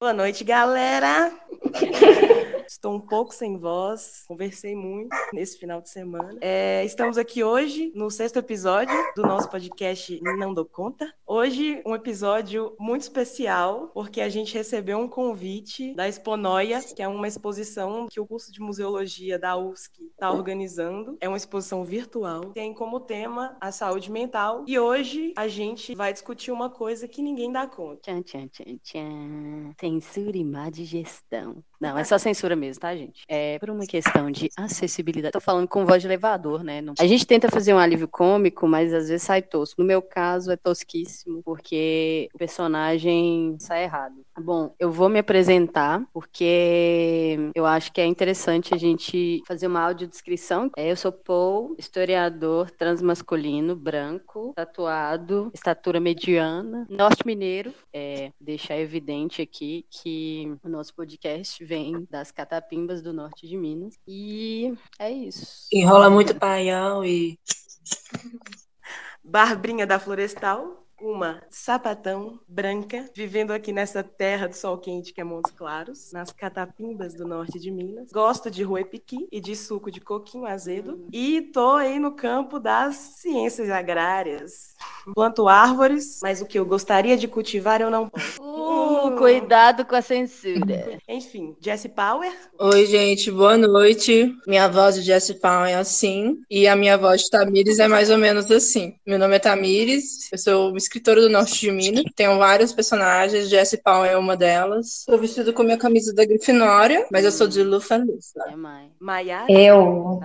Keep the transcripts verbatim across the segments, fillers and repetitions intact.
Boa noite, galera! Estou um pouco sem voz, conversei muito nesse final de semana. É, estamos aqui hoje no sexto episódio do nosso podcast Não Dou Conta. Hoje, um episódio muito especial, porque a gente recebeu um convite da Exponoia, que é uma exposição que o curso de Museologia da U F S C está organizando. É uma exposição virtual, tem como tema a saúde mental. E hoje a gente vai discutir uma coisa que ninguém dá conta. Tchan, tchan, tchan, tchan. Censura e má digestão. Não, é só censura mesmo, tá, gente? É por uma questão de acessibilidade. Tô falando com voz de elevador, né? Não... A gente tenta fazer um alívio cômico, mas às vezes sai tosco. No meu caso, é tosquíssimo, porque o personagem sai errado. Bom, eu vou me apresentar, porque eu acho que é interessante a gente fazer uma audiodescrição. É, eu sou Paul, historiador transmasculino, branco, tatuado, estatura mediana, norte-mineiro. É, deixar evidente aqui que o nosso podcast vem das catapimbas do norte de Minas. E é isso. Enrola muito paião e... Barbrinha da Florestal, uma sapatão branca, vivendo aqui nessa terra do sol quente que é Montes Claros, nas catapimbas do norte de Minas. Gosto de ruepiqui e de suco de coquinho azedo. E tô aí no campo das ciências agrárias. Planto árvores, mas o que eu gostaria de cultivar eu não posso. Uh, cuidado com a censura. Enfim, Jessie Power. Oi, gente, boa noite. Minha voz de Jessie Power é assim, e a minha voz de Tamires é mais ou menos assim. Meu nome é Tamires, eu sou escritora do norte de Minas, tenho vários personagens, Jessie Power é uma delas. Estou vestida com minha camisa da Grifinória, mas eu sou de Lufa-Lufa. É mãe. Maiara. Eu,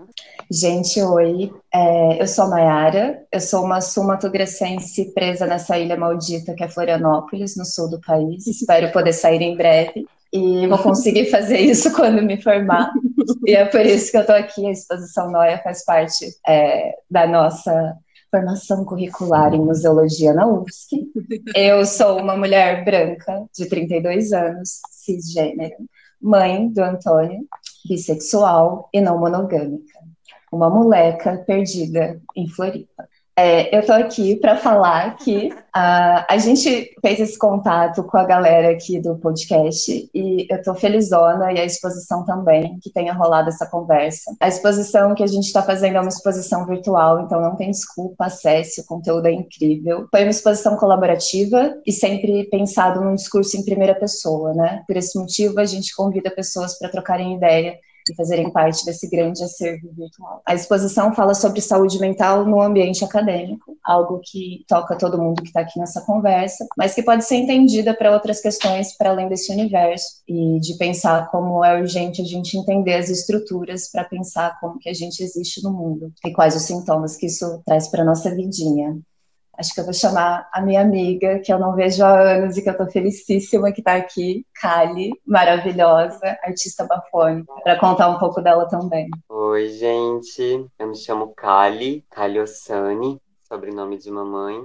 gente, oi, é, eu sou a Maiara, eu sou uma sul-mato-grossense presa nessa ilha maldita que é Florianópolis, no sul do país, espero poder sair em breve e vou conseguir fazer isso quando me formar, e é por isso que eu tô aqui. A exposição Noia faz parte é, da nossa formação curricular em museologia na U F S C. Eu sou uma mulher branca de trinta e dois anos, cisgênero, mãe do Antônio, bissexual e não monogâmica. Uma moleca perdida em Floripa. É, eu tô aqui para falar que uh, a gente fez esse contato com a galera aqui do podcast e eu tô felizona, e a exposição também, que tenha rolado essa conversa. A exposição que a gente está fazendo é uma exposição virtual, então não tem desculpa, acesse, o conteúdo é incrível. Foi uma exposição colaborativa e sempre pensado num discurso em primeira pessoa, né? Por esse motivo, a gente convida pessoas para trocarem ideia e fazerem parte desse grande acervo virtual. A exposição fala sobre saúde mental no ambiente acadêmico, algo que toca todo mundo que está aqui nessa conversa, mas que pode ser entendida para outras questões para além desse universo, e de pensar como é urgente a gente entender as estruturas para pensar como que a gente existe no mundo e quais os sintomas que isso traz para a nossa vidinha. Acho que eu vou chamar a minha amiga, que eu não vejo há anos e que eu tô felicíssima que tá aqui, Kali, maravilhosa, artista bafônica, para contar um pouco dela também. Oi, gente, eu me chamo Kali, Kali Ossani, sobrenome de mamãe.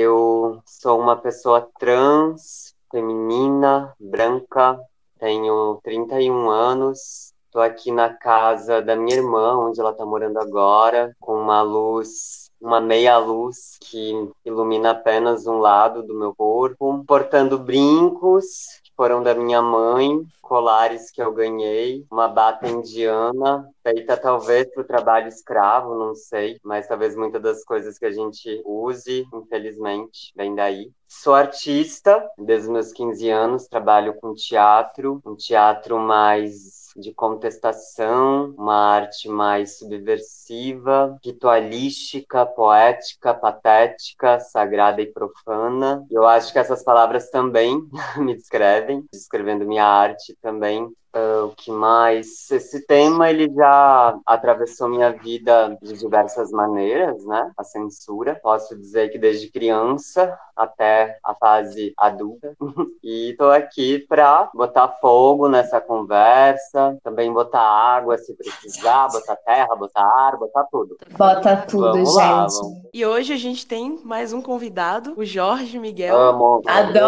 Eu sou uma pessoa trans, feminina, branca, tenho trinta e um anos. Tô aqui na casa da minha irmã, onde ela tá morando agora, com uma luz... uma meia luz que ilumina apenas um lado do meu corpo, portando brincos que foram da minha mãe, colares que eu ganhei, uma bata indiana, feita talvez para o trabalho escravo, não sei, mas talvez muitas das coisas que a gente use, infelizmente, vem daí. Sou artista, desde os meus quinze anos, trabalho com teatro, um teatro mais de contestação, uma arte mais subversiva, ritualística, poética, patética, sagrada e profana. Eu acho que essas palavras também me descrevem, descrevendo minha arte também. Uh, o que mais? Esse tema, ele já atravessou minha vida de diversas maneiras, né? A censura. Posso dizer que desde criança até a fase adulta. E tô aqui para botar fogo nessa conversa, também botar água se precisar, botar terra, botar ar, botar tudo. Bota tudo, vamos gente. Lá, vamos. E hoje a gente tem mais um convidado, o Jorge Miguel. Amo.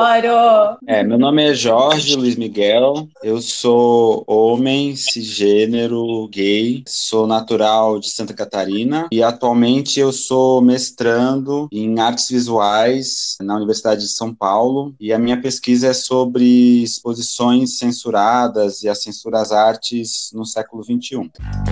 Adoro! É, meu nome é Jorge Luiz Miguel, eu sou homem, cisgênero, gay, sou natural de Santa Catarina e atualmente eu sou mestrando em artes visuais na Universidade de São Paulo, e a minha pesquisa é sobre exposições censuradas e a censura às artes no século vinte e um.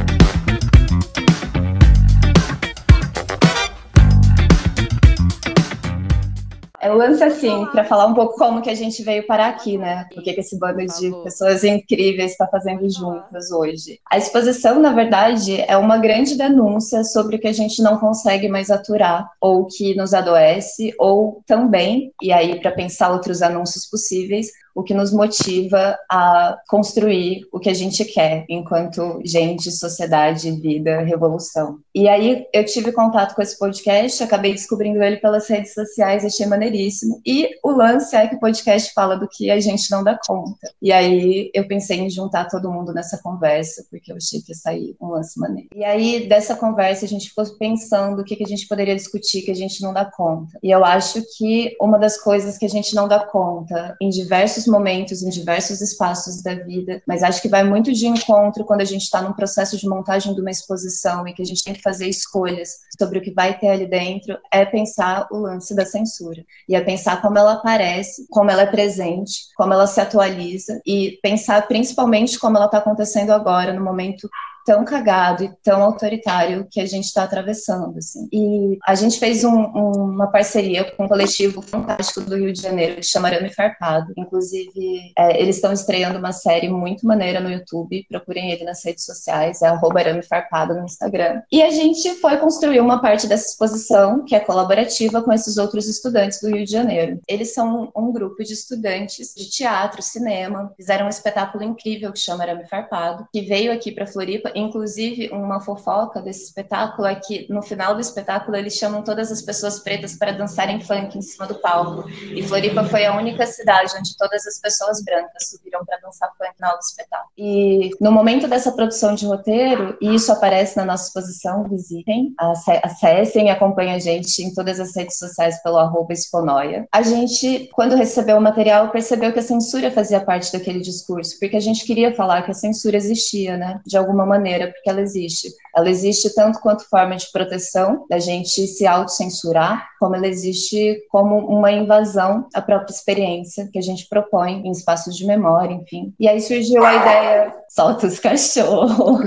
Eu lanço assim, para falar um pouco como que a gente veio parar aqui, né? O que que esse bando de pessoas incríveis está fazendo juntas hoje. A exposição, na verdade, é uma grande denúncia sobre o que a gente não consegue mais aturar, ou que nos adoece, ou também, e aí para pensar outros anúncios possíveis, o que nos motiva a construir o que a gente quer, enquanto gente, sociedade, vida, revolução. E aí eu tive contato com esse podcast, acabei descobrindo ele pelas redes sociais, achei maneiríssimo. E o lance é que o podcast fala do que a gente não dá conta. E aí eu pensei em juntar todo mundo nessa conversa, porque eu achei que ia sair um lance maneiro. E aí dessa conversa a gente ficou pensando o que a gente poderia discutir que a gente não dá conta. E eu acho que uma das coisas que a gente não dá conta em diversos momentos, em diversos espaços da vida, mas acho que vai muito de encontro quando a gente está num processo de montagem de uma exposição e que a gente tem que fazer escolhas sobre o que vai ter ali dentro, é pensar o lance da censura. E é pensar como ela aparece, como ela é presente, como ela se atualiza e pensar principalmente como ela está acontecendo agora, no momento tão cagado e tão autoritário que a gente está atravessando, assim. E a gente fez um, um, uma parceria com um coletivo fantástico do Rio de Janeiro, que chama Arame Farpado. Inclusive, é, eles estão estreando uma série muito maneira no YouTube, procurem ele nas redes sociais, é arroba Arame Farpado no Instagram. E a gente foi construir uma parte dessa exposição, que é colaborativa com esses outros estudantes do Rio de Janeiro. Eles são um, um grupo de estudantes de teatro, cinema, fizeram um espetáculo incrível que chama Arame Farpado, que veio aqui para Floripa. Inclusive, uma fofoca desse espetáculo é que, no final do espetáculo, eles chamam todas as pessoas pretas para dançarem funk em cima do palco. E Floripa foi a única cidade onde todas as pessoas brancas subiram para dançar funk no final do espetáculo. E no momento dessa produção de roteiro, e isso aparece na nossa exposição, visitem, acessem e acompanhem a gente em todas as redes sociais pelo arroba Exponoia. A gente, quando recebeu o material, percebeu que a censura fazia parte daquele discurso, porque a gente queria falar que a censura existia, né, de alguma maneira, porque ela existe. Ela existe tanto quanto forma de proteção, da gente se autocensurar, como ela existe como uma invasão à própria experiência que a gente propõe em espaços de memória, enfim. E aí surgiu a ideia, solta os cachorros,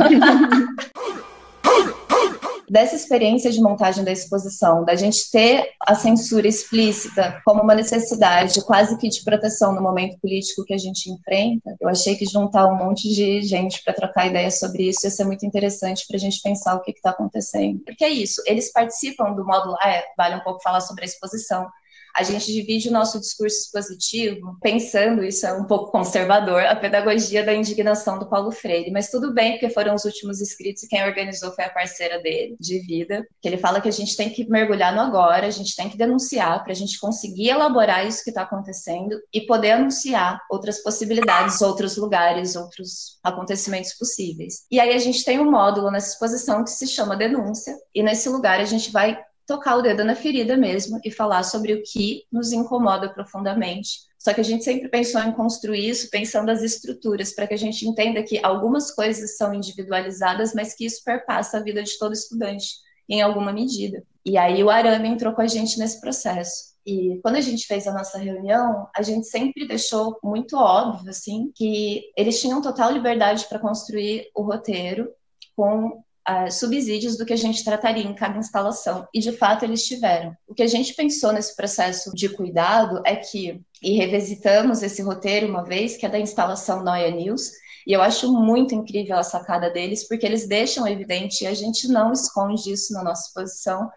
dessa experiência de montagem da exposição, da gente ter a censura explícita como uma necessidade quase que de proteção no momento político que a gente enfrenta. Eu achei que juntar um monte de gente para trocar ideias sobre isso ia ser muito interessante para a gente pensar o que está acontecendo. Porque é isso, eles participam do módulo, ah, é, vale um pouco falar sobre a exposição. A gente divide o nosso discurso expositivo, pensando, isso é um pouco conservador, a pedagogia da indignação do Paulo Freire. Mas tudo bem, porque foram os últimos escritos e quem organizou foi a parceira dele, de vida. Que ele fala que a gente tem que mergulhar no agora, a gente tem que denunciar para a gente conseguir elaborar isso que está acontecendo e poder anunciar outras possibilidades, outros lugares, outros acontecimentos possíveis. E aí a gente tem um módulo nessa exposição que se chama Denúncia, e nesse lugar a gente vai tocar o dedo na ferida mesmo e falar sobre o que nos incomoda profundamente. Só que a gente sempre pensou em construir isso pensando as estruturas, para que a gente entenda que algumas coisas são individualizadas, mas que isso perpassa a vida de todo estudante, em alguma medida. E aí o Arame entrou com a gente nesse processo. E quando a gente fez a nossa reunião, a gente sempre deixou muito óbvio, assim, que eles tinham total liberdade para construir o roteiro com Uh, subsídios do que a gente trataria em cada instalação, e de fato eles tiveram. O que a gente pensou nesse processo de cuidado é que, e revisitamos esse roteiro uma vez, que é da instalação Noia News, e eu acho muito incrível a sacada deles, porque eles deixam evidente, e a gente não esconde isso na nossa exposição,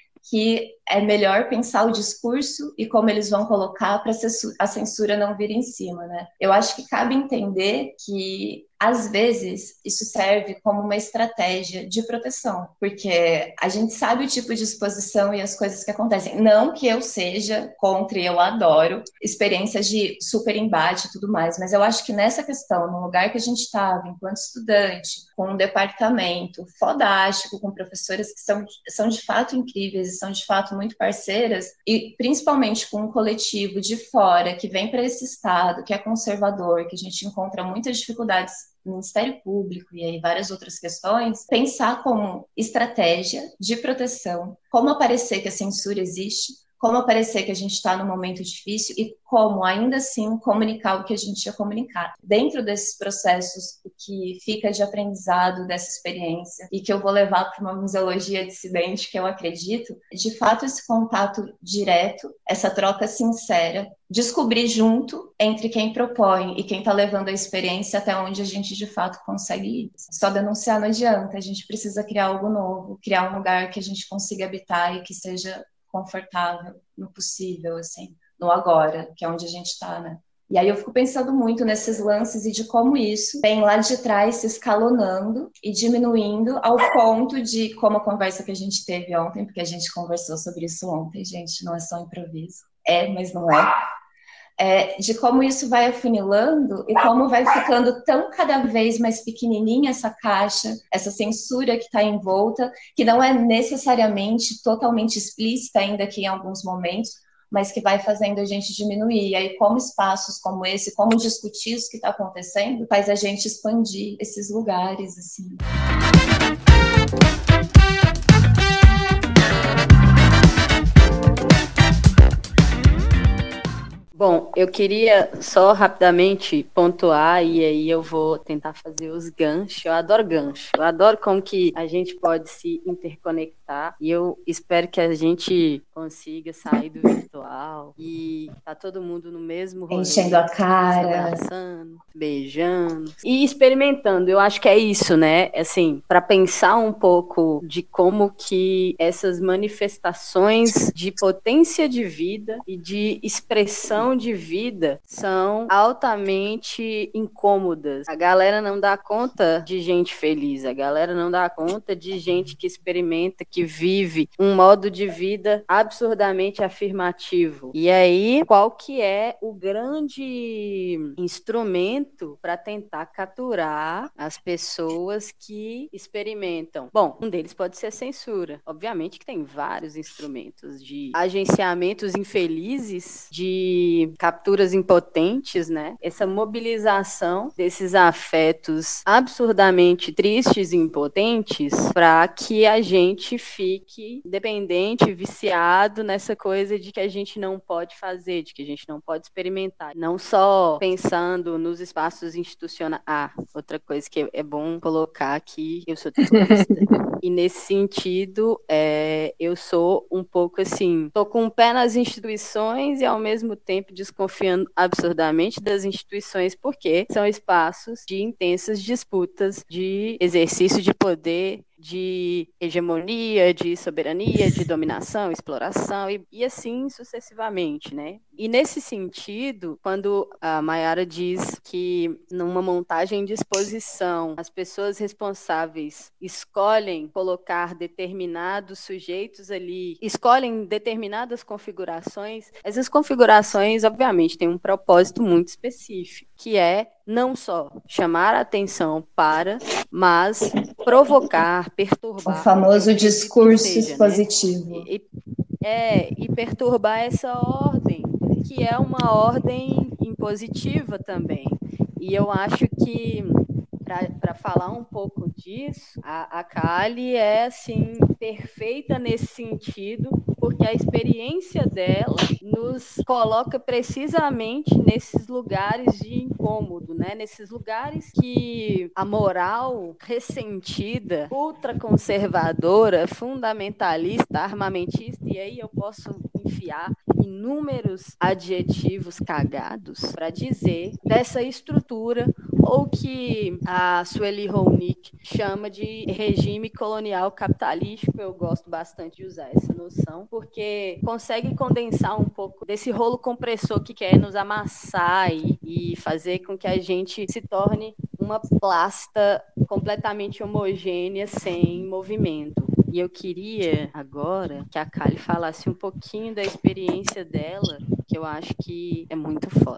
que é melhor pensar o discurso e como eles vão colocar para a censura não vir em cima, né? Eu acho que cabe entender que, às vezes, isso serve como uma estratégia de proteção, porque a gente sabe o tipo de exposição e as coisas que acontecem. Não que eu seja contra, e eu adoro experiências de super embate e tudo mais, mas eu acho que nessa questão, no lugar que a gente estava, enquanto estudante, com um departamento fodástico, com professoras que são, são de fato incríveis e são de fato muito parceiras, e principalmente com um coletivo de fora que vem para esse estado, que é conservador, que a gente encontra muitas dificuldades no Ministério Público e aí várias outras questões, pensar como estratégia de proteção, como aparecer que a censura existe, como parecer que a gente está num momento difícil e como, ainda assim, comunicar o que a gente ia comunicar. Dentro desses processos, o que fica de aprendizado dessa experiência e que eu vou levar para uma museologia dissidente, que eu acredito, de fato, esse contato direto, essa troca sincera, descobrir junto entre quem propõe e quem está levando a experiência até onde a gente, de fato, consegue ir. Só denunciar não adianta, a gente precisa criar algo novo, criar um lugar que a gente consiga habitar e que seja confortável no possível, assim, no agora, que é onde a gente está, né? E aí eu fico pensando muito nesses lances e de como isso vem lá de trás se escalonando e diminuindo ao ponto de, como a conversa que a gente teve ontem, porque a gente conversou sobre isso ontem, gente, não é só improviso. É, mas não é. É, de como isso vai afunilando e como vai ficando tão cada vez mais pequenininha essa caixa, essa censura que está envolta, que não é necessariamente totalmente explícita, ainda que em alguns momentos, mas que vai fazendo a gente diminuir. E aí, como espaços como esse, como discutir isso que está acontecendo, faz a gente expandir esses lugares, assim. Bom, eu queria só rapidamente pontuar, e aí eu vou tentar fazer os ganchos. Eu adoro gancho, eu adoro como que a gente pode se interconectar, e eu espero que a gente consiga sair do virtual e tá todo mundo no mesmo rolê, enchendo a cara, se abraçando, beijando e experimentando. Eu acho que é isso, né? Assim, para pensar um pouco de como que essas manifestações de potência de vida e de expressão de vida são altamente incômodas. A galera não dá conta de gente feliz, a galera não dá conta de gente que experimenta, que vive um modo de vida absurdamente afirmativo. E aí, qual que é o grande instrumento para tentar capturar as pessoas que experimentam? Bom, um deles pode ser a censura. Obviamente que tem vários instrumentos de agenciamentos infelizes, de capturas impotentes, né? Essa mobilização desses afetos absurdamente tristes e impotentes para que a gente fique dependente, viciado nessa coisa de que a gente não pode fazer, de que a gente não pode experimentar. Não só pensando nos espaços institucionais. Ah, outra coisa que é bom colocar aqui, eu sou terrorista. E nesse sentido, é, eu sou um pouco assim, tô com um pé nas instituições e ao mesmo tempo desconfiando absurdamente das instituições, porque são espaços de intensas disputas, de exercício de poder, de hegemonia, de soberania, de dominação, exploração e, e assim sucessivamente, né? E nesse sentido, quando a Mayara diz que numa montagem de exposição as pessoas responsáveis escolhem colocar determinados sujeitos ali, escolhem determinadas configurações, essas configurações, obviamente, têm um propósito muito específico, que é não só chamar a atenção para, mas provocar, perturbar. O famoso discurso seja, expositivo. Né? E, é, e perturbar essa ordem, que é uma ordem impositiva também. E eu acho que, para falar um pouco disso, a, a Kali é, assim, perfeita nesse sentido, porque a experiência dela nos coloca precisamente nesses lugares de incômodo, né? Nesses lugares que a moral ressentida, ultraconservadora, fundamentalista, armamentista, e aí eu posso enfiar inúmeros adjetivos cagados para dizer dessa estrutura, ou que a Sueli Hounick chama de regime colonial capitalístico. Eu gosto bastante de usar essa noção, porque consegue condensar um pouco desse rolo compressor que quer nos amassar e, e fazer com que a gente se torne uma plasta completamente homogênea, sem movimento. E eu queria agora que a Kali falasse um pouquinho da experiência dela, que eu acho que é muito foda.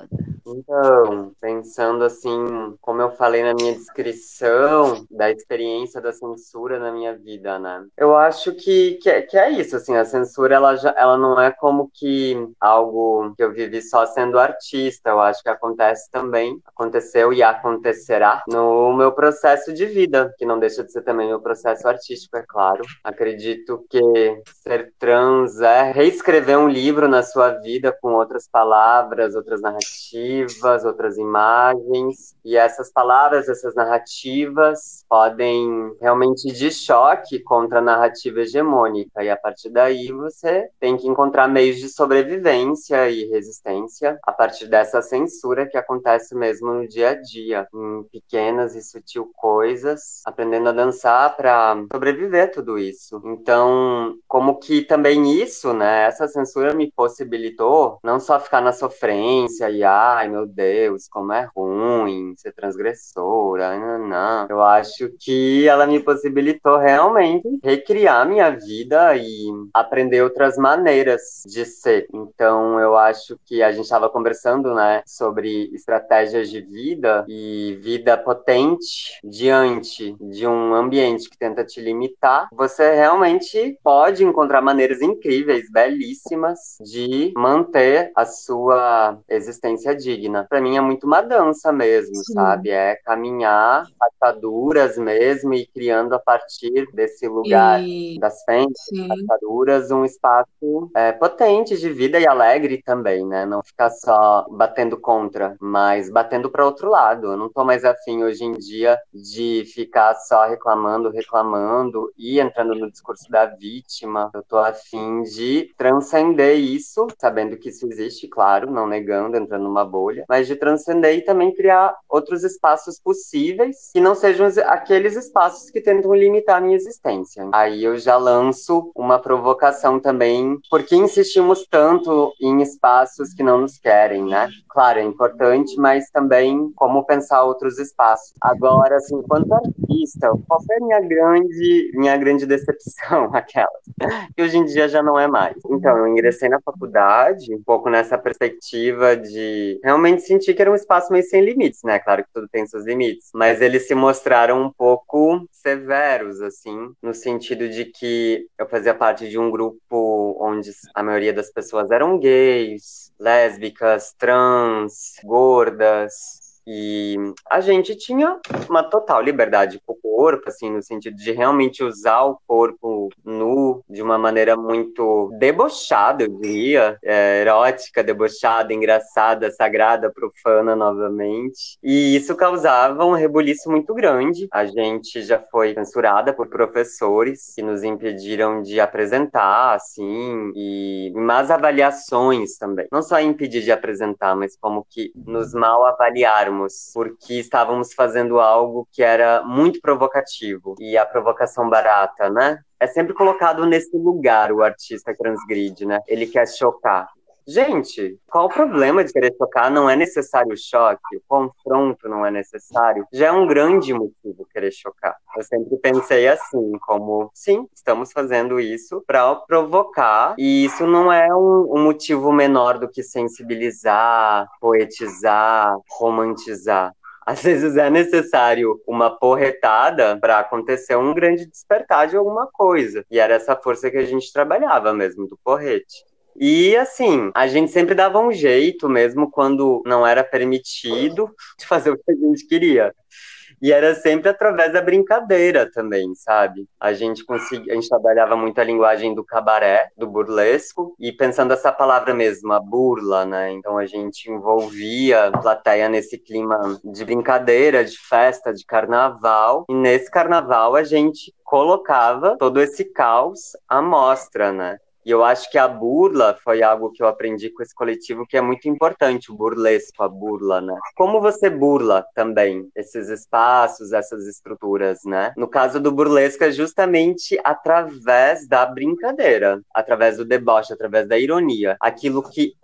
Então, pensando assim, como eu falei na minha descrição da experiência da censura na minha vida, né? Eu acho que, que, é, que é isso, assim, a censura, ela, já, ela não é como que algo que eu vivi só sendo artista, eu acho que acontece também, aconteceu e acontecerá no meu processo de vida, que não deixa de ser também meu processo artístico, é claro. Acredito que ser trans é reescrever um livro na sua vida com outras palavras, outras narrativas, outras imagens, e essas palavras, essas narrativas podem realmente ir de choque contra a narrativa hegemônica, e a partir daí você tem que encontrar meios de sobrevivência e resistência a partir dessa censura que acontece mesmo no dia a dia, em pequenas e sutil coisas, aprendendo a dançar para sobreviver a tudo isso. Então, como que também isso, né, essa censura me possibilitou não só ficar na sofrência e, ai, meu Deus, como é ruim ser transgressora, não, não. Eu acho que ela me possibilitou realmente recriar minha vida e aprender outras maneiras de ser. Então, eu acho que a gente estava conversando, né, sobre estratégias de vida e vida potente diante de um ambiente que tenta te limitar. Você realmente pode encontrar maneiras incríveis, belíssimas, de manter a sua existência digna. Para mim é muito uma dança mesmo, Sim. sabe? É caminhar ataduras mesmo e criando a partir desse lugar E... das fendas, ataduras, um espaço é, potente de vida e alegre também, né? Não ficar só batendo contra, mas batendo para outro lado. Eu não tô mais afim hoje em dia de ficar só reclamando, reclamando e entrando no discurso da vítima. Eu tô afim de transcender isso, sabendo que isso existe, claro, não negando, entrando numa bolha, mas de transcender e também criar outros espaços possíveis que não sejam aqueles espaços que tentam limitar a minha existência. Aí eu já lanço uma provocação também, porque insistimos tanto em espaços que não nos querem, né? Claro, é importante, mas também como pensar outros espaços. Agora, assim, enquanto artista, qual foi a minha grande, minha grande decepção? Aquelas. Que hoje em dia já não é mais. Então, eu ingressei na faculdade, um pouco nessa perspectiva de realmente sentir que era um espaço meio sem limites, né? Claro que tudo tem seus limites, mas eles se mostraram um pouco severos, assim, no sentido de que eu fazia parte de um grupo onde a maioria das pessoas eram gays, lésbicas, trans, gordas, e a gente tinha uma total liberdade com o corpo, assim, no sentido de realmente usar o corpo nu de uma maneira muito debochada, eu diria, é, erótica, debochada, engraçada, sagrada, profana novamente. E isso causava um rebuliço muito grande. A gente já foi censurada por professores que nos impediram de apresentar, assim, e más avaliações também. Não só impedir de apresentar, mas como que nos mal avaliaram, porque estávamos fazendo algo que era muito provocativo. E a provocação barata, né? É sempre colocado nesse lugar o artista transgride, né? Ele quer chocar. Gente, qual o problema de querer chocar? Não é necessário o choque, o confronto não é necessário. Já é um grande motivo querer chocar. Eu sempre pensei assim, como, sim, estamos fazendo isso para provocar, e isso não é um, um motivo menor do que sensibilizar, poetizar, romantizar. Às vezes é necessário uma porretada para acontecer um grande despertar de alguma coisa. E era essa força que a gente trabalhava mesmo, do porrete. E, assim, a gente sempre dava um jeito, mesmo quando não era permitido, de fazer o que a gente queria. E era sempre através da brincadeira também, sabe? A gente conseguia, a gente trabalhava muito a linguagem do cabaré, do burlesco, e pensando essa palavra mesmo, a burla, né? Então a gente envolvia a plateia nesse clima de brincadeira, de festa, de carnaval, e nesse carnaval a gente colocava todo esse caos à mostra, né? E eu acho que a burla foi algo que eu aprendi com esse coletivo que é muito importante, o burlesco, a burla, né? Como você burla também esses espaços, essas estruturas, né? No caso do burlesco é justamente através da brincadeira, através do deboche, através da ironia. Aquilo que é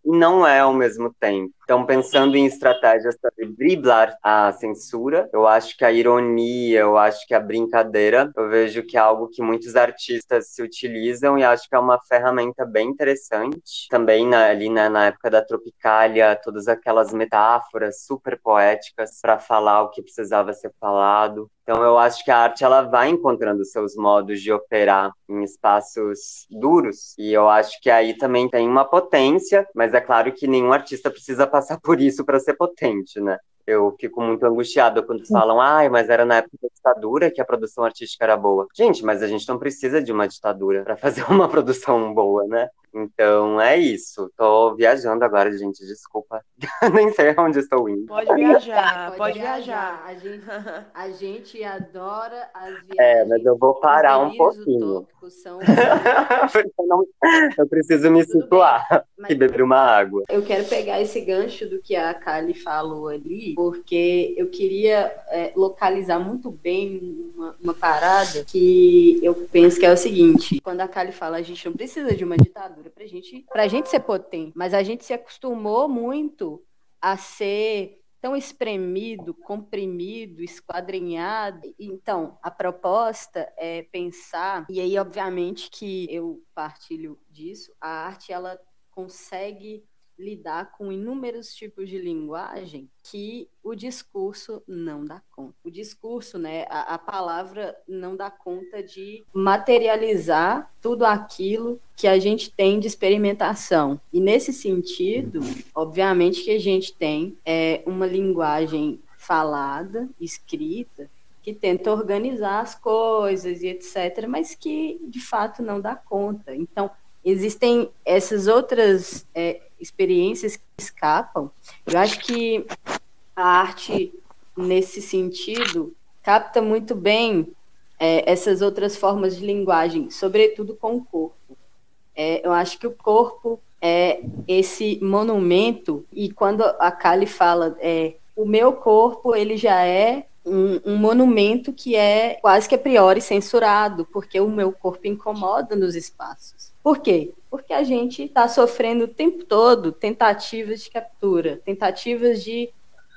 e não é ao mesmo tempo. Então, pensando em estratégias para driblar a censura, eu acho que a ironia, eu acho que a brincadeira, eu vejo que é algo que muitos artistas se utilizam e acho que é uma ferramenta bem interessante. Também na, ali né, na época da Tropicália, todas aquelas metáforas super poéticas para falar o que precisava ser falado. Então, eu acho que a arte ela vai encontrando seus modos de operar em espaços duros. E eu acho que aí também tem uma potência, mas é claro que nenhum artista precisa passar por isso para ser potente, né? Eu fico muito angustiada quando falam, ai, mas era na época da ditadura que a produção artística era boa. Gente, mas a gente não precisa de uma ditadura para fazer uma produção boa, né? Então é isso. Tô viajando agora, gente, desculpa. Nem sei onde estou indo. Pode viajar, Pode, pode viajar. viajar. A gente, a gente adora as viagens. É, mas eu vou parar um Os delírios pouquinho. utópicos são... Porque eu, não- eu preciso me Tudo situar Mas e beber uma água. eu quero pegar esse gancho do que a Kali falou ali, porque eu queria é, localizar muito bem uma, uma parada que eu penso que é o seguinte: quando a Kali fala, a gente não precisa de uma ditadura pra gente, pra gente ser potente, mas a gente se acostumou muito a ser tão espremido, comprimido, esquadrinhado. Então, a proposta é pensar, e aí, obviamente, que eu partilho disso, a arte, ela consegue lidar com inúmeros tipos de linguagem que o discurso não dá conta. O discurso, né, a, a palavra não dá conta de materializar tudo aquilo que a gente tem de experimentação. E nesse sentido, obviamente que a gente tem é, uma linguagem falada, escrita, que tenta organizar as coisas e etcétera, mas que, de fato, não dá conta. Então, existem essas outras é, experiências que escapam. Eu acho que a arte, nesse sentido, capta muito bem é, essas outras formas de linguagem, sobretudo com o corpo. É, eu acho que o corpo é esse monumento, e quando a Kali fala, é, o meu corpo, ele já é Um, um monumento que é quase que a priori censurado, porque o meu corpo incomoda nos espaços. Por quê? Porque a gente está sofrendo o tempo todo tentativas de captura, tentativas de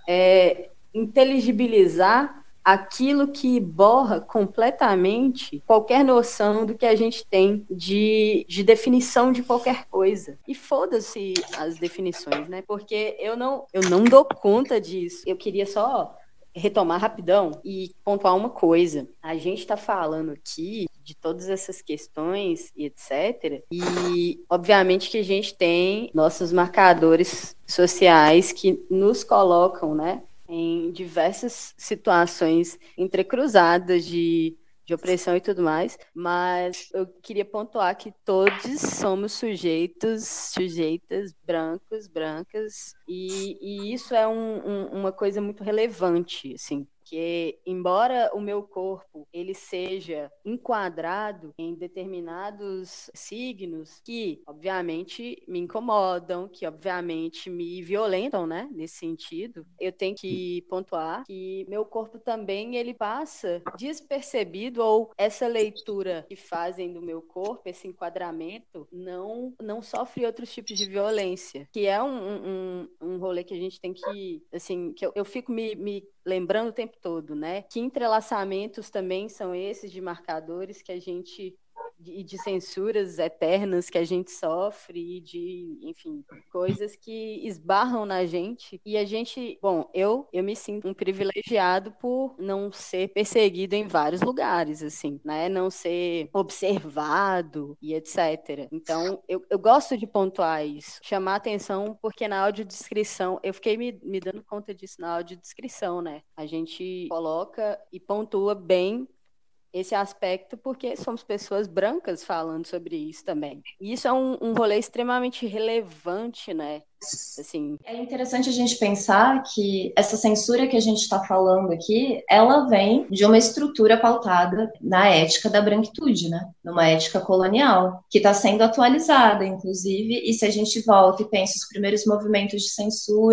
é, inteligibilizar aquilo que borra completamente qualquer noção do que a gente tem de, de definição de qualquer coisa. E foda-se as definições, né? Porque eu não, eu não dou conta disso. Eu queria só retomar rapidão e pontuar uma coisa. A gente está falando aqui de todas essas questões e etcétera. E, obviamente, que a gente tem nossos marcadores sociais que nos colocam, né, em diversas situações entrecruzadas de de opressão e tudo mais, mas eu queria pontuar que todos somos sujeitos, sujeitas, brancos, brancas, e, e isso é um, um, uma coisa muito relevante, assim, que embora o meu corpo ele seja enquadrado em determinados signos que, obviamente, me incomodam, que, obviamente, me violentam, né, nesse sentido, eu tenho que pontuar que meu corpo também ele passa despercebido, ou essa leitura que fazem do meu corpo, esse enquadramento, não, não sofre outros tipos de violência, que é um, um, um rolê que a gente tem que, assim, que eu, eu fico me, me lembrando o tempo todo, né? Que entrelaçamentos também são esses de marcadores que a gente e de, de censuras eternas que a gente sofre e de, enfim, coisas que esbarram na gente e a gente, bom, eu eu me sinto um privilegiado por não ser perseguido em vários lugares, assim, né? Não ser observado e etcétera. Então, eu, eu gosto de pontuar isso, chamar atenção, porque na audiodescrição, eu fiquei me, me dando conta disso na audiodescrição, né? A gente coloca e pontua bem esse aspecto porque somos pessoas brancas falando sobre isso também. E isso é um, um rolê extremamente relevante, né? Assim. É interessante a gente pensar que essa censura que a gente está falando aqui, ela vem de uma estrutura pautada na ética da branquitude, né? Numa ética colonial, que está sendo atualizada, inclusive, e se a gente volta e pensa os primeiros movimentos de censura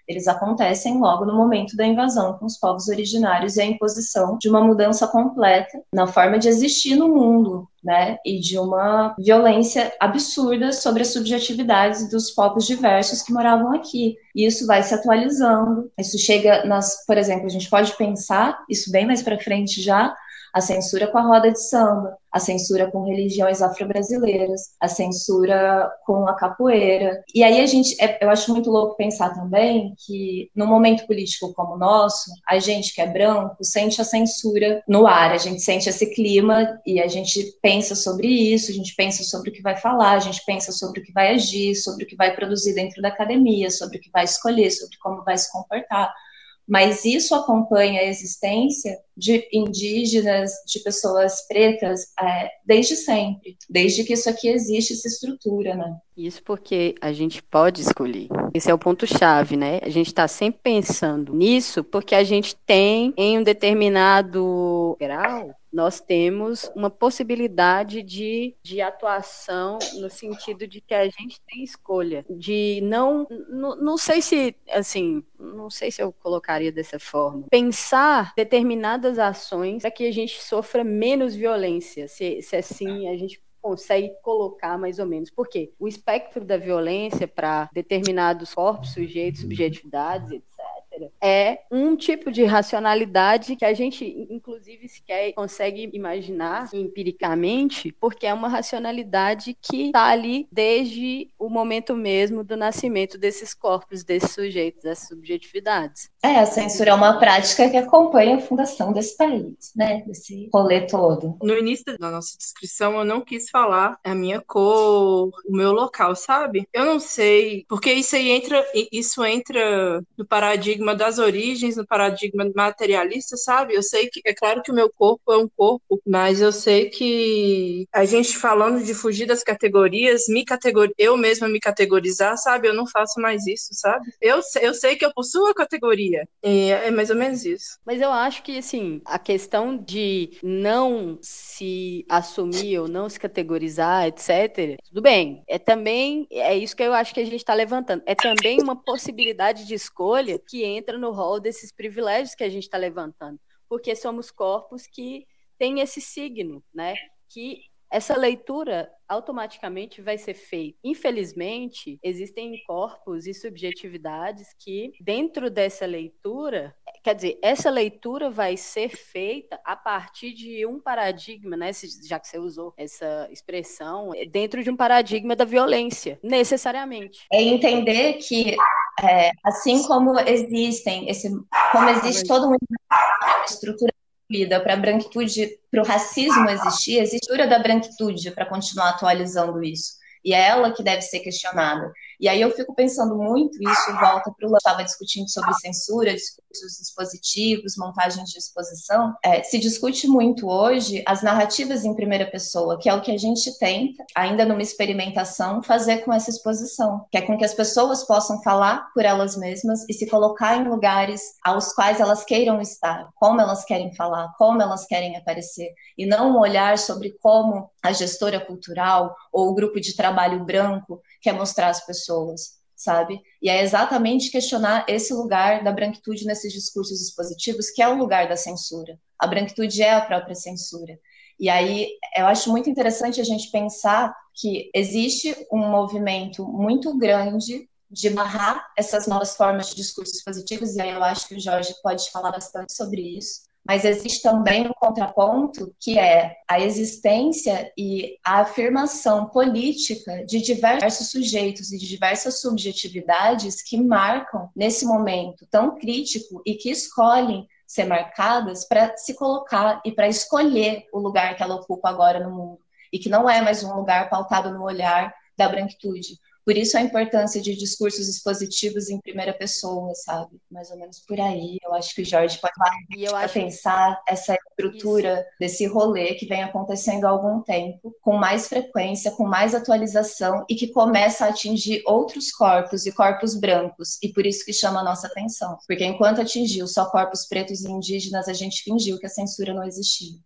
Eles acontecem logo no momento da invasão com os povos originários e a imposição de uma mudança completa na forma de existir no mundo, né? E de uma violência absurda sobre as subjetividades dos povos diversos que moravam aqui. E isso vai se atualizando. Isso chega nas, por exemplo, a gente pode pensar isso bem mais para frente já, a censura com a roda de samba, a censura com religiões afro-brasileiras, a censura com a capoeira. E aí a gente, eu acho muito louco pensar também que num momento político como o nosso, a gente que é branco sente a censura no ar, a gente sente esse clima e a gente pensa sobre isso, a gente pensa sobre o que vai falar, a gente pensa sobre o que vai agir, sobre o que vai produzir dentro da academia, sobre o que vai escolher, sobre como vai se comportar. Mas isso acompanha a existência de indígenas, de pessoas pretas, é, desde sempre, desde que isso aqui existe, se estrutura, né? Isso porque a gente pode escolher. Esse é o ponto-chave, né? A gente está sempre pensando nisso porque a gente tem, em um determinado grau, nós temos uma possibilidade de, de atuação no sentido de que a gente tem escolha. De não, não, não sei se, assim, não sei se eu colocaria dessa forma. Pensar determinadas ações para que a gente sofra menos violência, se, se assim a gente consegue colocar mais ou menos. Por quê? O espectro da violência para determinados corpos, sujeitos, subjetividades, etcétera, é um tipo de racionalidade que a gente, inclusive, sequer consegue imaginar empiricamente, porque é uma racionalidade que está ali desde o momento mesmo do nascimento desses corpos, desses sujeitos, dessas subjetividades. É, a censura é uma prática que acompanha a fundação desse país, né? Desse rolê todo. No início da nossa descrição, eu não quis falar a minha cor, o meu local, sabe? Eu não sei, porque isso aí entra, isso entra no paradigma das origens, no paradigma materialista, sabe? Eu sei que, é claro que o meu corpo é um corpo, mas eu sei que a gente falando de fugir das categorias, me categor... eu mesma me categorizar, sabe? Eu não faço mais isso, sabe? Eu, eu sei que eu possuo a categoria. É mais ou menos isso. Mas eu acho que, assim, a questão de não se assumir ou não se categorizar, etcétera, tudo bem. É também, é isso que eu acho que a gente está levantando. É também uma possibilidade de escolha que entra no rol desses privilégios que a gente está levantando. Porque somos corpos que têm esse signo, né? Que essa leitura automaticamente vai ser feita. Infelizmente, existem corpos e subjetividades que, dentro dessa leitura, quer dizer, essa leitura vai ser feita a partir de um paradigma, né, já que você usou essa expressão, dentro de um paradigma da violência, necessariamente. É entender que, é, assim como existem, esse, como existe toda uma estrutura para a branquitude, para o racismo existir, existe a estrutura da branquitude para continuar atualizando isso. E é ela que deve ser questionada. E aí eu fico pensando muito, isso volta para o Lula, estava discutindo sobre censura, discursos expositivos, montagens de exposição. É, se discute muito hoje as narrativas em primeira pessoa, que é o que a gente tenta, ainda numa experimentação, fazer com essa exposição, que é com que as pessoas possam falar por elas mesmas e se colocar em lugares aos quais elas queiram estar, como elas querem falar, como elas querem aparecer, e não um olhar sobre como a gestora cultural ou o grupo de trabalho branco quer mostrar às pessoas, sabe? E é exatamente questionar esse lugar da branquitude nesses discursos expositivos, que é o lugar da censura. A branquitude é a própria censura. E aí eu acho muito interessante a gente pensar que existe um movimento muito grande de barrar essas novas formas de discursos expositivos, e aí eu acho que o Jorge pode falar bastante sobre isso. Mas existe também um contraponto, que é a existência e a afirmação política de diversos sujeitos e de diversas subjetividades que marcam nesse momento tão crítico e que escolhem ser marcadas para se colocar e para escolher o lugar que ela ocupa agora no mundo, e que não é mais um lugar pautado no olhar da branquitude. Por isso a importância de discursos expositivos em primeira pessoa, sabe? Mais ou menos por aí. Eu acho que o Jorge pode falar acho... pensar essa estrutura isso. Desse rolê que vem acontecendo há algum tempo, com mais frequência, com mais atualização, e que começa a atingir outros corpos e corpos brancos, e por isso que chama a nossa atenção. Porque enquanto atingiu só corpos pretos e indígenas, a gente fingiu que a censura não existia.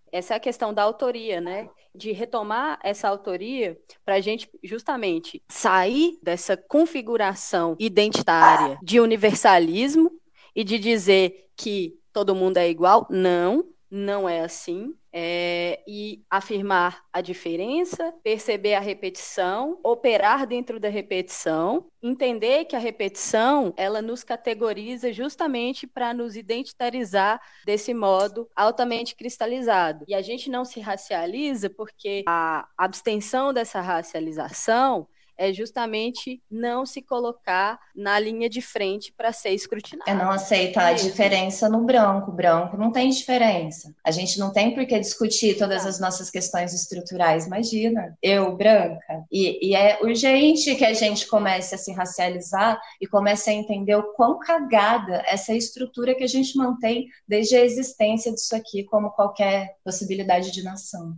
Essa é a questão da autoria, né? De retomar essa autoria para a gente justamente sair dessa configuração identitária de universalismo e de dizer que todo mundo é igual. Não, não é assim. É, e afirmar a diferença, perceber a repetição, operar dentro da repetição, entender que a repetição ela nos categoriza justamente para nos identitarizar desse modo altamente cristalizado. E a gente não se racializa porque a abstenção dessa racialização é justamente não se colocar na linha de frente para ser escrutinado. É não aceitar Isso. a diferença no branco. Branco não tem diferença. A gente não tem por que discutir todas as nossas questões estruturais. Imagina, eu, branca. E, e é urgente que a gente comece a se racializar e comece a entender o quão cagada essa estrutura que a gente mantém desde a existência disso aqui como qualquer possibilidade de nação.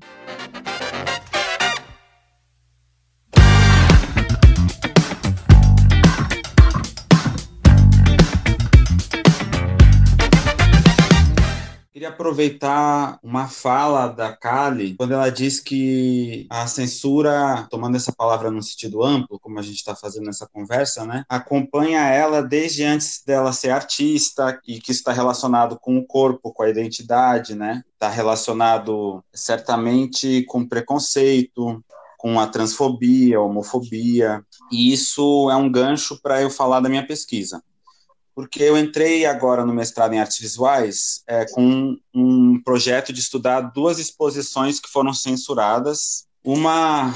Queria aproveitar uma fala da Kali, quando ela diz que a censura, tomando essa palavra num sentido amplo, como a gente está fazendo nessa conversa, né, acompanha ela desde antes dela ser artista, e que está relacionado com o corpo, com a identidade, né, está relacionado certamente com preconceito, com a transfobia, a homofobia, e isso é um gancho para eu falar da minha pesquisa. Porque eu entrei agora no mestrado em artes visuais é, com um projeto de estudar duas exposições que foram censuradas. Uma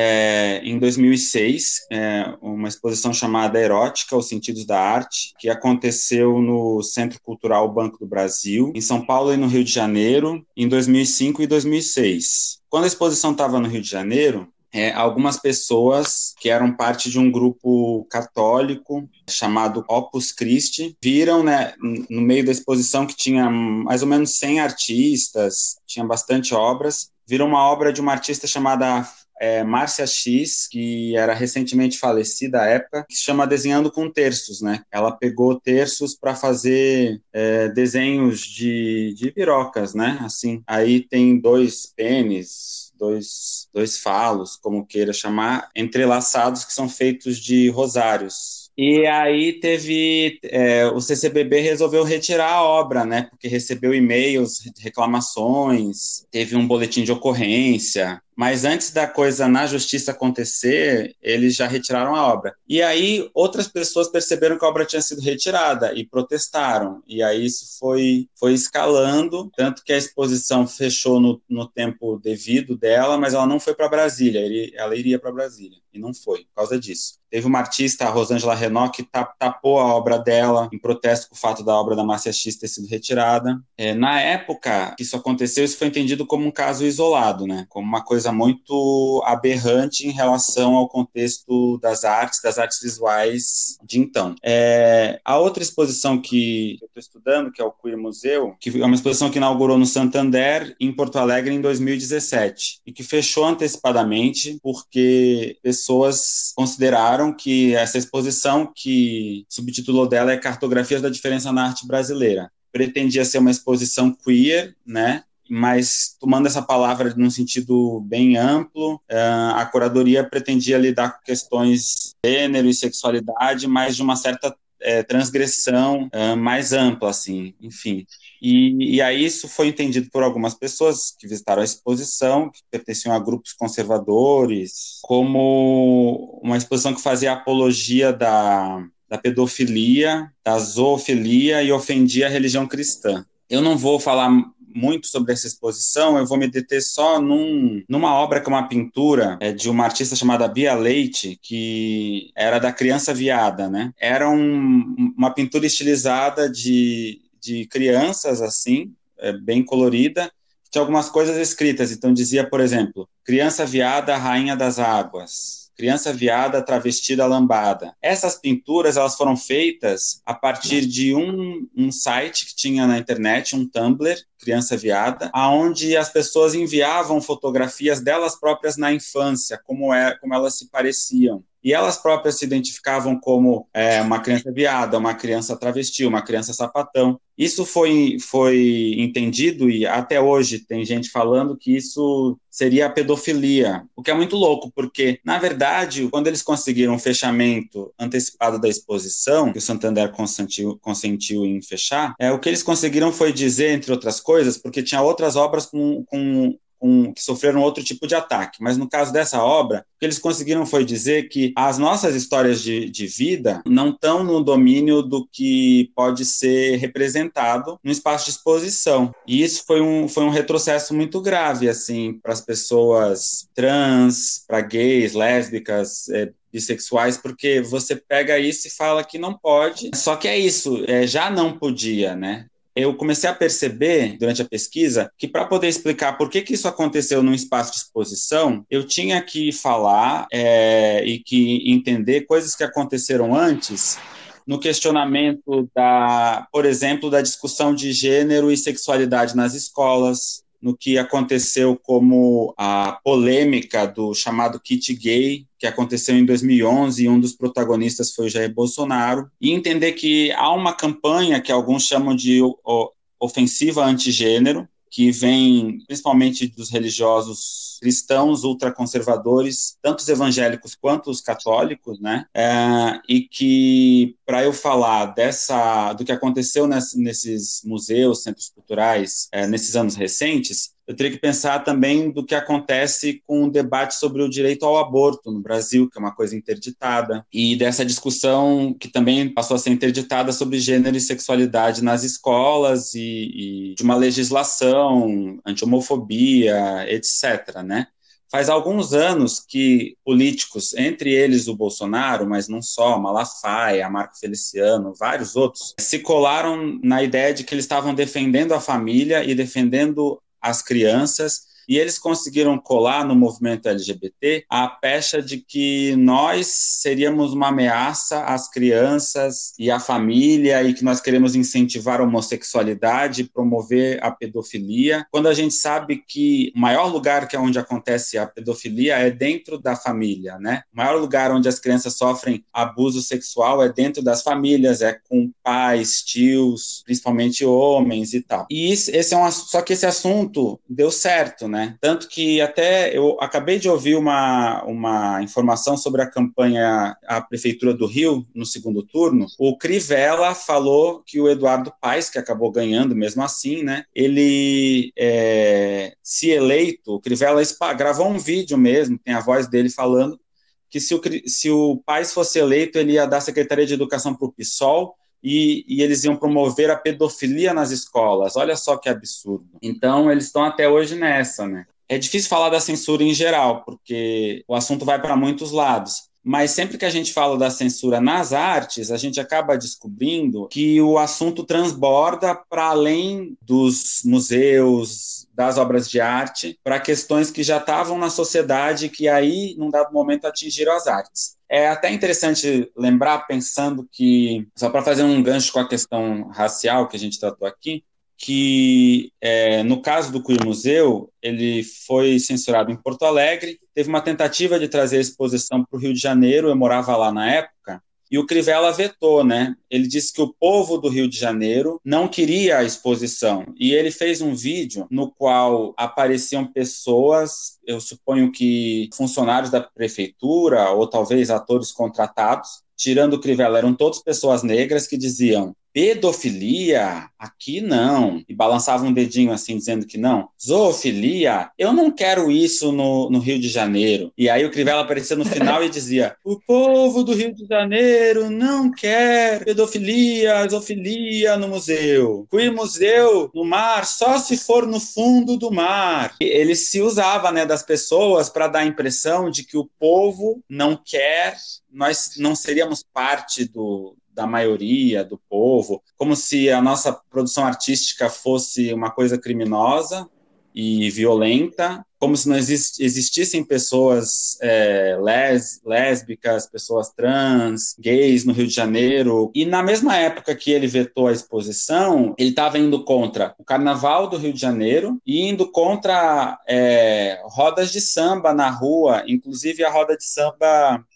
é, em dois mil e seis, é, uma exposição chamada Erótica, Os Sentidos da Arte, que aconteceu no Centro Cultural Banco do Brasil, em São Paulo e no Rio de Janeiro, em dois mil e cinco e dois mil e seis. Quando a exposição estava no Rio de Janeiro, É, algumas pessoas que eram parte de um grupo católico chamado Opus Christi viram, né, no meio da exposição que tinha mais ou menos cem artistas, tinha bastante obras, viram uma obra de uma artista chamada é, Márcia X, que era recentemente falecida à época, que se chama Desenhando com Terços, né? Ela pegou terços para fazer é, desenhos de, de pirocas, né? Assim, aí tem dois pênis, dois, dois falos, como queira chamar, entrelaçados, que são feitos de rosários. E aí teve, é, o C C B B resolveu retirar a obra, né, porque recebeu e-mails, reclamações, teve um boletim de ocorrência, mas antes da coisa na justiça acontecer, eles já retiraram a obra. E aí outras pessoas perceberam que a obra tinha sido retirada e protestaram, e aí isso foi, foi escalando, tanto que a exposição fechou no, no tempo devido dela, mas ela não foi para Brasília, ele, ela iria para Brasília, e não foi, por causa disso. Teve uma artista, a Rosângela Renault, que tapou a obra dela em protesto com o fato da obra da Márcia X ter sido retirada. É, na época que isso aconteceu, isso foi entendido como um caso isolado, né? Como uma coisa muito aberrante em relação ao contexto das artes, das artes visuais de então. É, a outra exposição que eu estou estudando, que é o Queer Museu, que é uma exposição que inaugurou no Santander, em Porto Alegre, em dois mil e dezessete, e que fechou antecipadamente porque pessoas consideraram que essa exposição, que o subtítulo dela é Cartografias da Diferença na Arte Brasileira, pretendia ser uma exposição queer, né? Mas tomando essa palavra num sentido bem amplo, a curadoria pretendia lidar com questões de gênero e sexualidade, mas de uma certa é, transgressão é, mais ampla, assim, enfim. E, e aí isso foi entendido por algumas pessoas que visitaram a exposição, que pertenciam a grupos conservadores, como uma exposição que fazia apologia da, da pedofilia, da zoofilia e ofendia a religião cristã. Eu não vou falar muito sobre essa exposição, eu vou me deter só num, numa obra que é uma pintura é, de uma artista chamada Bia Leite, que era da Criança Viada, né? Era um, uma pintura estilizada de, de crianças, assim, é, bem colorida, tinha algumas coisas escritas, então dizia, por exemplo, Criança Viada, Rainha das Águas, Criança Viada, Travestida Lambada. Essas pinturas, elas foram feitas a partir de um, um site que tinha na internet, um Tumblr, Criança Viada, onde as pessoas enviavam fotografias delas próprias na infância, como, é, como elas se pareciam. e elas próprias se identificavam como é, uma criança viada, uma criança travesti, uma criança sapatão. Isso foi, foi entendido e até hoje tem gente falando que isso seria a pedofilia, o que é muito louco, porque, na verdade, quando eles conseguiram um fechamento antecipado da exposição, que o Santander consentiu, consentiu em fechar, é, o que eles conseguiram foi dizer, entre outras coisas, porque tinha outras obras com... com Um, que sofreram outro tipo de ataque. Mas no caso dessa obra, o que eles conseguiram foi dizer que as nossas histórias de, de vida não estão no domínio do que pode ser representado no espaço de exposição. E isso foi um, foi um retrocesso muito grave, assim, para as pessoas trans, para gays, lésbicas, é, bissexuais, porque você pega isso e fala que não pode, só que é isso, é, já não podia, né? Eu comecei a perceber, durante a pesquisa, que para poder explicar por que, que isso aconteceu num espaço de exposição, eu tinha que falar é, e que entender coisas que aconteceram antes no questionamento, da, por exemplo, da discussão de gênero e sexualidade nas escolas, no que aconteceu como a polêmica do chamado kit gay, que aconteceu em dois mil e onze, e um dos protagonistas foi o Jair Bolsonaro, e entender que há uma campanha que alguns chamam de ofensiva antigênero, que vem principalmente dos religiosos cristãos ultraconservadores, tanto os evangélicos quanto os católicos, né? É, e que, para eu falar dessa, do que aconteceu ness, nesses museus, centros culturais, é, nesses anos recentes, eu teria que pensar também do que acontece com o debate sobre o direito ao aborto no Brasil, que é uma coisa interditada, e dessa discussão que também passou a ser interditada sobre gênero e sexualidade nas escolas e, e de uma legislação anti-homofobia, etcétera, né? Faz alguns anos que políticos, entre eles o Bolsonaro, mas não só, Malafaia, Marco Feliciano, vários outros, se colaram na ideia de que eles estavam defendendo a família e defendendo as crianças, e eles conseguiram colar no movimento L G B T a pecha de que nós seríamos uma ameaça às crianças e à família e que nós queremos incentivar a homossexualidade, promover a pedofilia, quando a gente sabe que o maior lugar que é onde acontece a pedofilia é dentro da família, né? O maior lugar onde as crianças sofrem abuso sexual é dentro das famílias, é com pais, tios, principalmente homens e tal. E isso, esse é um, só que esse assunto deu certo, né? Tanto que até eu acabei de ouvir uma, uma informação sobre a campanha à Prefeitura do Rio, no segundo turno. O Crivella falou que o Eduardo Paes, que acabou ganhando mesmo assim, né? Ele, é, se eleito, o Crivella gravou um vídeo mesmo, tem a voz dele falando, que se o, se o Paes fosse eleito, ele ia dar a Secretaria de Educação para o PSOL, E, e eles iam promover a pedofilia nas escolas. Olha só que absurdo. Então, eles estão até hoje nessa, né? É difícil falar da censura em geral, porque o assunto vai para muitos lados. Mas sempre que a gente fala da censura nas artes, a gente acaba descobrindo que o assunto transborda para além dos museus, das obras de arte, para questões que já estavam na sociedade e que aí, num dado momento, atingiram as artes. É até interessante lembrar, pensando que, só para fazer um gancho com a questão racial que a gente tratou aqui, que é, no caso do Queer Museu, ele foi censurado em Porto Alegre, teve uma tentativa de trazer a exposição para o Rio de Janeiro, eu morava lá na época, e o Crivella vetou, né? Ele disse que o povo do Rio de Janeiro não queria a exposição, e ele fez um vídeo no qual apareciam pessoas, eu suponho que funcionários da prefeitura, ou talvez atores contratados, tirando o Crivella, eram todas pessoas negras que diziam: pedofilia? Aqui não. E balançavam um dedinho assim, dizendo que não. Zoofilia? Eu não quero isso no, no Rio de Janeiro. E aí o Crivella aparecia no final e dizia: o povo do Rio de Janeiro não quer pedofilia, zoofilia no museu. Queer Museu no mar só se for no fundo do mar. E ele se usava, né, das pessoas para dar a impressão de que o povo não quer, nós não seríamos parte do... da maioria, do povo, como se a nossa produção artística fosse uma coisa criminosa e violenta, como se não exist, existissem pessoas é, les, lésbicas, pessoas trans, gays no Rio de Janeiro. E na mesma época que ele vetou a exposição, ele estava indo contra o Carnaval do Rio de Janeiro e indo contra é, rodas de samba na rua, inclusive a roda de samba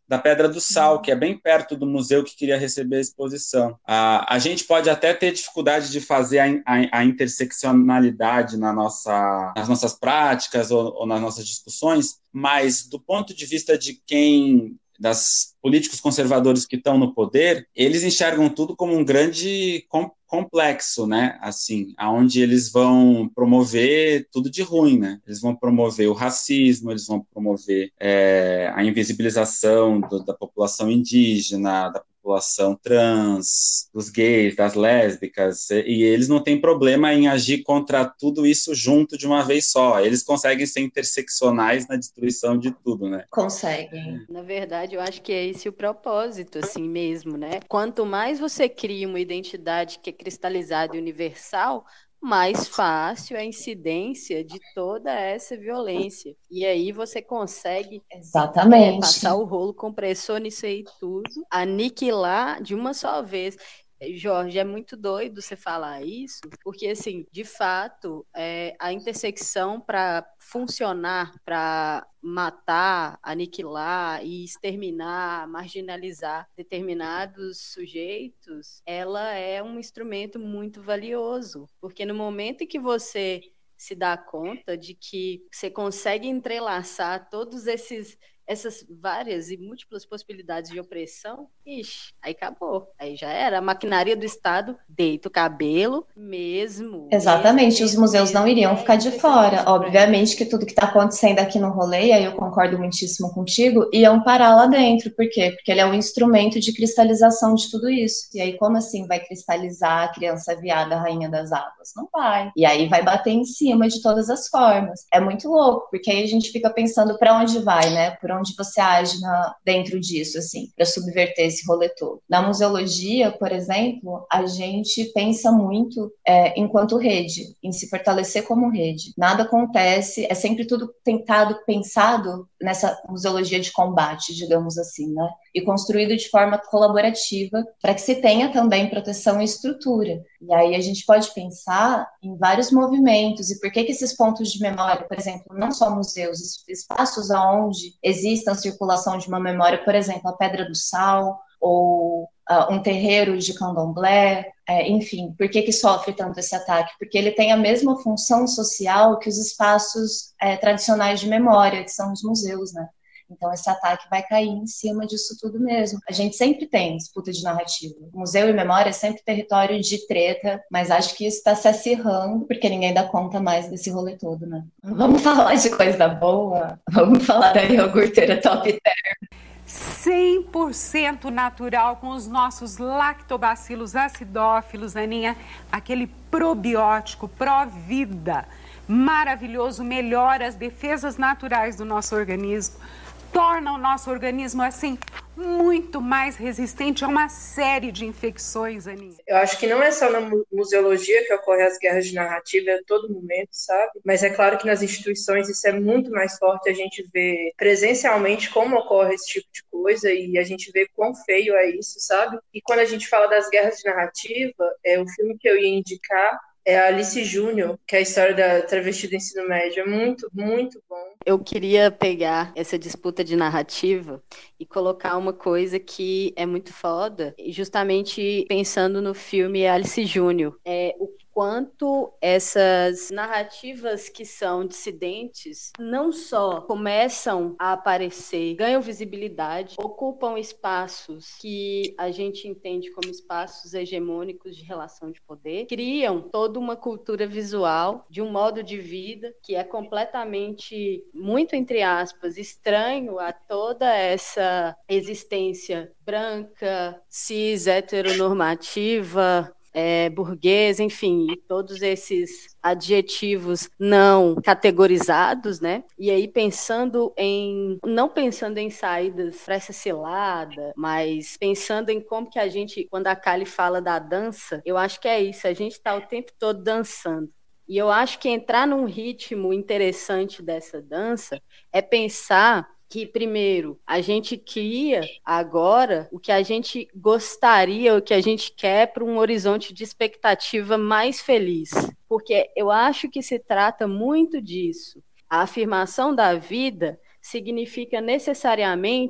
da Pedra do Sal, que é bem perto do museu que queria receber a exposição. A, a gente pode até ter dificuldade de fazer a, a, a interseccionalidade na nossa, nas nossas práticas ou, ou nas nossas discussões, mas do ponto de vista de quem, das políticos conservadores que estão no poder, eles enxergam tudo como um grande complexo, né? Assim, aonde eles vão promover tudo de ruim, né? Eles vão promover o racismo, eles vão promover é, a invisibilização do, da população indígena, da população trans, dos gays, das lésbicas, e eles não têm problema em agir contra tudo isso junto de uma vez só. Eles conseguem ser interseccionais na destruição de tudo, né? Conseguem. Na verdade, eu acho que é esse o propósito, assim mesmo, né? Quanto mais você cria uma identidade que é cristalizada e universal, mais fácil é a incidência de toda essa violência. E aí você consegue Exatamente. É, passar o rolo compressor nisso aí tudo, aniquilar de uma só vez. Jorge, é muito doido você falar isso, porque, assim, de fato, é, a intersecção para funcionar, para matar, aniquilar e exterminar, marginalizar determinados sujeitos, ela é um instrumento muito valioso, porque no momento em que você se dá conta de que você consegue entrelaçar todos esses essas várias e múltiplas possibilidades de opressão, ixi, aí acabou. Aí já era. A maquinaria do Estado deita o cabelo mesmo. Exatamente, mesmo, os museus mesmo, não iriam mesmo, ficar de fora. Obviamente que é. tudo que está acontecendo aqui no rolê, e aí eu concordo muitíssimo contigo, iam parar lá dentro. Por quê? Porque ele é um instrumento de cristalização de tudo isso. E aí, como assim vai cristalizar a criança viada, a rainha das águas? Não vai. E aí vai bater em cima de todas as formas. É muito louco, porque aí a gente fica pensando para onde vai, né? Por onde você age na, dentro disso, assim, para subverter esse rolê todo. Na museologia, por exemplo, a gente pensa muito é, enquanto rede, em se fortalecer como rede. Nada acontece, é sempre tudo tentado, pensado nessa museologia de combate, digamos assim, né? E construído de forma colaborativa para que se tenha também proteção e estrutura. E aí a gente pode pensar em vários movimentos e por que que esses pontos de memória, por exemplo, não só museus, espaços onde exista a circulação de uma memória, por exemplo, a Pedra do Sal ou uh, um terreiro de candomblé, é, enfim, por que que sofre tanto esse ataque? Porque ele tem a mesma função social que os espaços é, tradicionais de memória, que são os museus, né? Então, esse ataque vai cair em cima disso tudo mesmo. A gente sempre tem disputa de narrativa. Museu e memória é sempre território de treta, mas acho que isso está se acirrando, porque ninguém dá conta mais desse rolê todo, né? Vamos falar de coisa boa? Vamos falar da iogurteira top term. cem por cento natural, com os nossos lactobacilos acidófilos, Aninha, aquele probiótico pró-vida, maravilhoso, melhora as defesas naturais do nosso organismo, torna o nosso organismo, assim, muito mais resistente a uma série de infecções, Aninha. Eu acho que não é só na museologia que ocorrem as guerras de narrativa, é a todo momento, sabe? Mas é claro que nas instituições isso é muito mais forte, a gente vê presencialmente como ocorre esse tipo de coisa e a gente vê quão feio é isso, sabe? E quando a gente fala das guerras de narrativa, é o filme que eu ia indicar é a Alice Júnior, que é a história da travesti do ensino médio. É muito, muito bom. Eu queria pegar essa disputa de narrativa e colocar uma coisa que é muito foda, justamente pensando no filme Alice Júnior. É o quanto essas narrativas que são dissidentes não só começam a aparecer, ganham visibilidade, ocupam espaços que a gente entende como espaços hegemônicos de relação de poder, criam toda uma cultura visual de um modo de vida que é completamente, muito entre aspas, estranho a toda essa existência branca, cis, heteronormativa, É, burguesa, enfim, e todos esses adjetivos não categorizados, né? E aí pensando em, não pensando em saídas para essa cilada, mas pensando em como que a gente, quando a Kali fala da dança, eu acho que é isso, a gente está o tempo todo dançando. E eu acho que entrar num ritmo interessante dessa dança é pensar que, primeiro, a gente cria agora o que a gente gostaria, o que a gente quer para um horizonte de expectativa mais feliz. Porque eu acho que se trata muito disso. A afirmação da vida significa necessariamente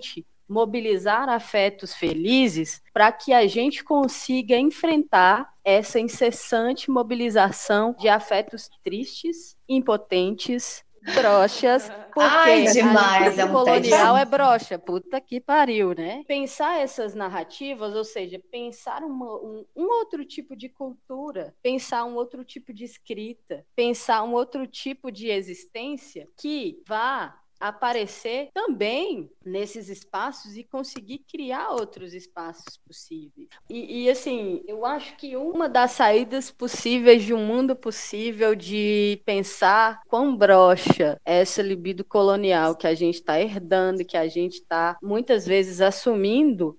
mobilizar afetos felizes para que a gente consiga enfrentar essa incessante mobilização de afetos tristes, impotentes, broxas, porque Ai, demais, a é libido um colonial tédio. é broxa, puta que pariu, né? Pensar essas narrativas, ou seja, pensar uma, um, um outro tipo de cultura, pensar um outro tipo de escrita, pensar um outro tipo de existência que vá aparecer também nesses espaços e conseguir criar outros espaços possíveis. E, e, assim, eu acho que uma das saídas possíveis de um mundo possível de pensar quão broxa é essa libido colonial que a gente está herdando, que a gente está muitas vezes assumindo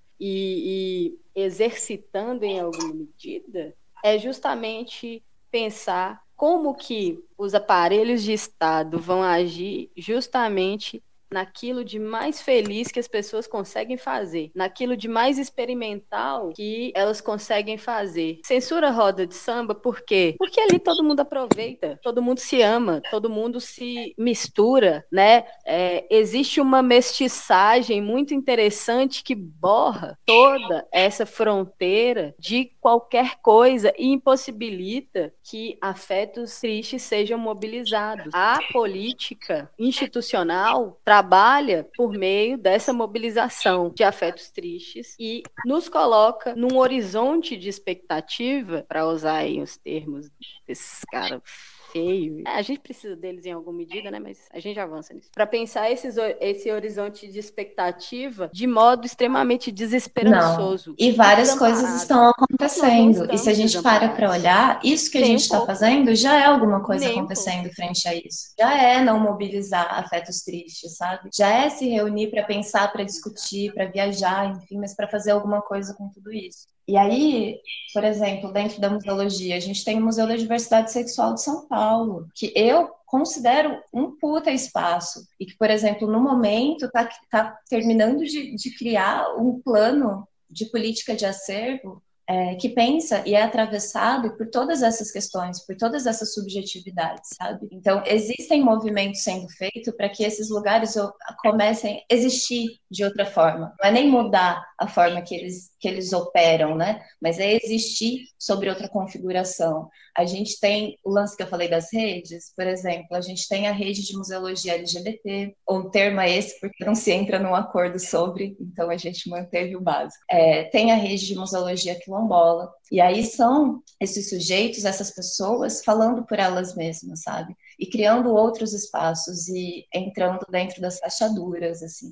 e, e exercitando em alguma medida, é justamente pensar como que os aparelhos de Estado vão agir justamente naquilo de mais feliz que as pessoas conseguem fazer, naquilo de mais experimental que elas conseguem fazer. Censura roda de samba, por quê? Porque ali todo mundo aproveita, todo mundo se ama, todo mundo se mistura, né? É, existe uma mestiçagem muito interessante que borra toda essa fronteira de qualquer coisa e impossibilita que afetos tristes sejam mobilizados. A política institucional trabalha por meio dessa mobilização de afetos tristes e nos coloca num horizonte de expectativa, para usar aí os termos desses caras feio. É, a gente precisa deles em alguma medida, né? Mas a gente avança nisso. Para pensar esses, esse horizonte de expectativa de modo extremamente desesperançoso. Não. E várias coisas estão acontecendo. E se a gente para para olhar, isso que a Nem gente um está pouco. fazendo já é alguma coisa Nem um acontecendo pouco. frente a isso. Já é não mobilizar afetos tristes, sabe? Já é se reunir para pensar, para discutir, para viajar, enfim, mas para fazer alguma coisa com tudo isso. E aí, por exemplo, dentro da museologia, a gente tem o Museu da Diversidade Sexual de São Paulo, que eu considero um puta espaço. E que, por exemplo, no momento está tá terminando de, de criar um plano de política de acervo é, que pensa e é atravessado por todas essas questões, por todas essas subjetividades, sabe? Então, existem movimentos sendo feitos para que esses lugares comecem a existir de outra forma. Não é nem mudar a forma que eles, que eles operam, né? Mas é existir sobre outra configuração. A gente tem o lance que eu falei das redes, por exemplo, a gente tem a rede de museologia L G B T, o termo é esse porque não se entra num acordo sobre, então a gente manteve o básico. É, tem a rede de museologia quilombola, e aí são esses sujeitos, essas pessoas falando por elas mesmas, sabe? E criando outros espaços e entrando dentro das fechaduras, assim.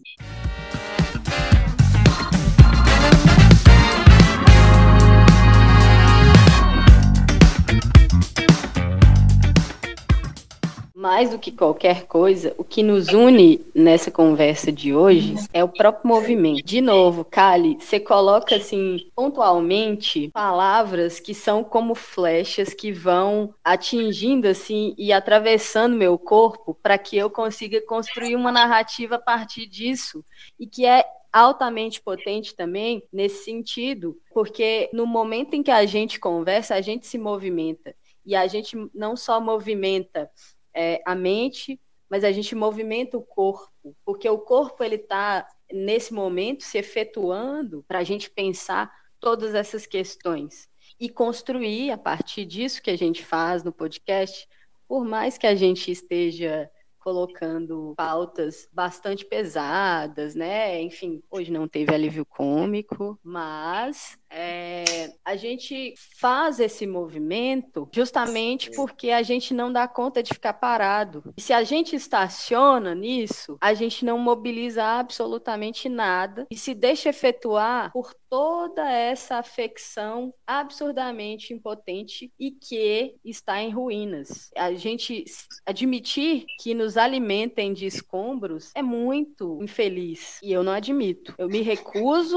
Mais do que qualquer coisa, o que nos une nessa conversa de hoje é o próprio movimento. De novo, Kali, você coloca assim, pontualmente, palavras que são como flechas que vão atingindo assim e atravessando meu corpo para que eu consiga construir uma narrativa a partir disso e que é altamente potente também nesse sentido, porque no momento em que a gente conversa, a gente se movimenta e a gente não só movimenta É, a mente, mas a gente movimenta o corpo, porque o corpo ele está, nesse momento, se efetuando para a gente pensar todas essas questões e construir, a partir disso que a gente faz no podcast, por mais que a gente esteja colocando pautas bastante pesadas, né? Enfim, hoje não teve alívio cômico, mas é, a gente faz esse movimento justamente porque a gente não dá conta de ficar parado. E se a gente estaciona nisso, a gente não mobiliza absolutamente nada e se deixa efetuar por toda essa afecção absurdamente impotente e que está em ruínas. A gente admitir que nos alimentem de escombros é muito infeliz. E eu não admito. Eu me recuso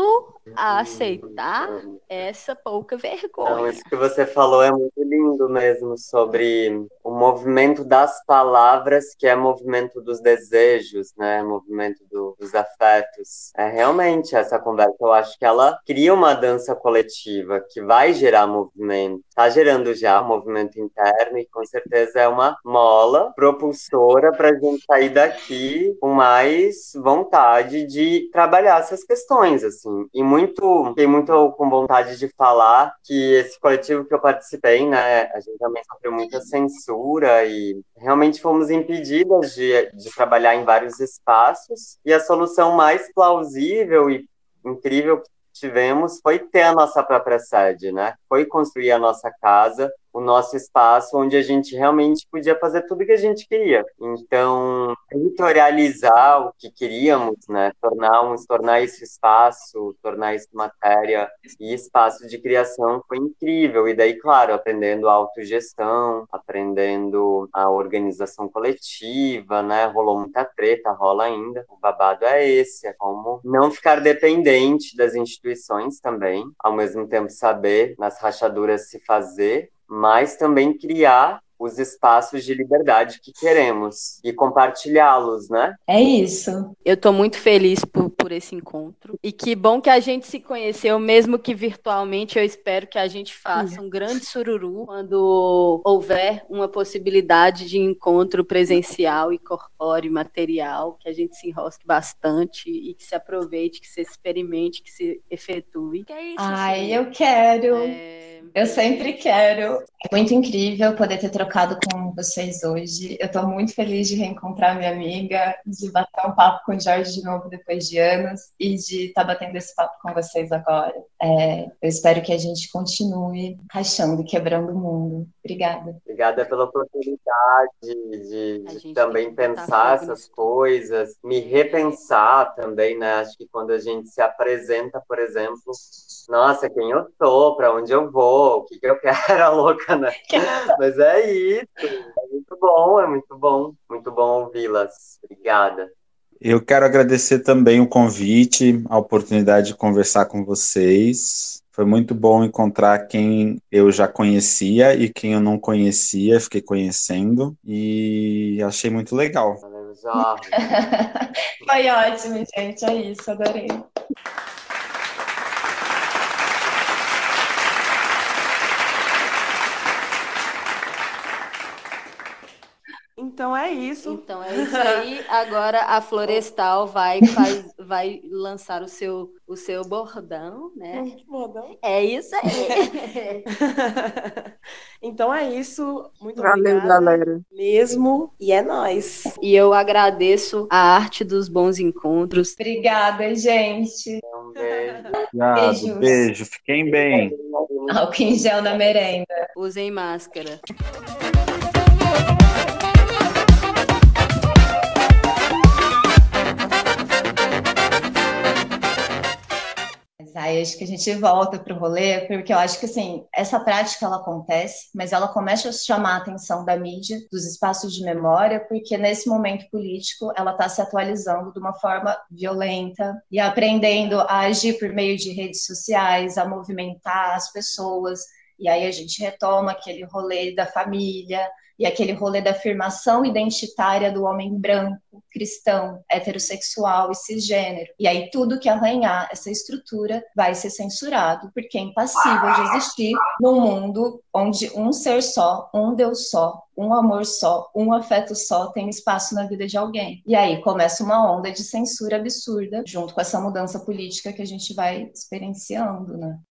a aceitar essa pouca Não, vergonha. isso que você falou é muito lindo mesmo, sobre o movimento das palavras, que é movimento dos desejos, né? Movimento do- dos afetos. É realmente essa conversa, eu acho que ela cria uma dança coletiva que vai gerar movimento. Está gerando já um movimento interno e com certeza é uma mola propulsora para a gente sair daqui com mais vontade de trabalhar essas questões, assim. E muito, fiquei muito com vontade de falar que esse coletivo que eu participei, né, a gente também sofreu muita censura e realmente fomos impedidas de, de trabalhar em vários espaços. E a solução mais plausível e incrível que tivemos foi ter a nossa própria sede, né? Foi construir a nossa casa, o nosso espaço, onde a gente realmente podia fazer tudo o que a gente queria. Então, territorializar o que queríamos, né? Tornar, um, tornar esse espaço, tornar isso matéria e espaço de criação foi incrível. E daí, claro, aprendendo a autogestão, aprendendo a organização coletiva, né? Rolou muita treta, rola ainda. O babado é esse, é como não ficar dependente das instituições também, ao mesmo tempo saber nas rachaduras se fazer, mas também criar os espaços de liberdade que queremos e compartilhá-los, né? É isso. Eu tô muito feliz por, por esse encontro. E que bom que a gente se conheceu, mesmo que virtualmente. Eu espero que a gente faça um grande sururu quando houver uma possibilidade de encontro presencial e corpóreo, material, que a gente se enrosque bastante e que se aproveite, que se experimente, que se efetue. Que é isso, Ai, assim. eu quero. É... Eu sempre quero. É muito incrível poder ter trocado com vocês hoje. Eu estou muito feliz de reencontrar minha amiga, de bater um papo com o Jorge de novo depois de anos e de estar batendo esse papo com vocês agora. É, eu espero que a gente continue rachando e quebrando o mundo. Obrigada. Obrigada pela oportunidade de, A de gente também tem que botar pensar fogo essas nisso tudo. coisas, me repensar também, né? Acho que quando a gente se apresenta, por exemplo, nossa, quem eu sou, para onde eu vou, o que que eu quero, a louca, né? Mas é isso, é muito bom, é muito bom, muito bom ouvi-las. Obrigada. Eu quero agradecer também o convite, a oportunidade de conversar com vocês. Foi muito bom encontrar quem eu já conhecia e quem eu não conhecia, fiquei conhecendo e achei muito legal. Valeu, Jorge. Foi ótimo, gente. É isso, adorei. Então é isso. Então é isso aí. Agora a Florestal vai, faz, vai lançar o seu, o seu bordão, né? Bordão. É isso aí. Então é isso. Muito Valeu, obrigada. galera. Mesmo. E é nóis. E eu agradeço a arte dos bons encontros. Obrigada, gente. Um beijo. Obrigado, Beijos. beijo, fiquem bem. Álcool em gel na merenda. Usem máscara. Aí acho que a gente volta para o rolê, porque eu acho que assim, essa prática ela acontece, mas ela começa a chamar a atenção da mídia, dos espaços de memória, porque nesse momento político ela está se atualizando de uma forma violenta e aprendendo a agir por meio de redes sociais, a movimentar as pessoas. E aí a gente retoma aquele rolê da família e aquele rolê da afirmação identitária do homem branco, cristão, heterossexual e cisgênero. E aí tudo que arranhar essa estrutura vai ser censurado, porque é impassível de existir num mundo onde um ser só, um Deus só, um amor só, um afeto só tem espaço na vida de alguém. E aí começa uma onda de censura absurda, junto com essa mudança política que a gente vai experienciando, né?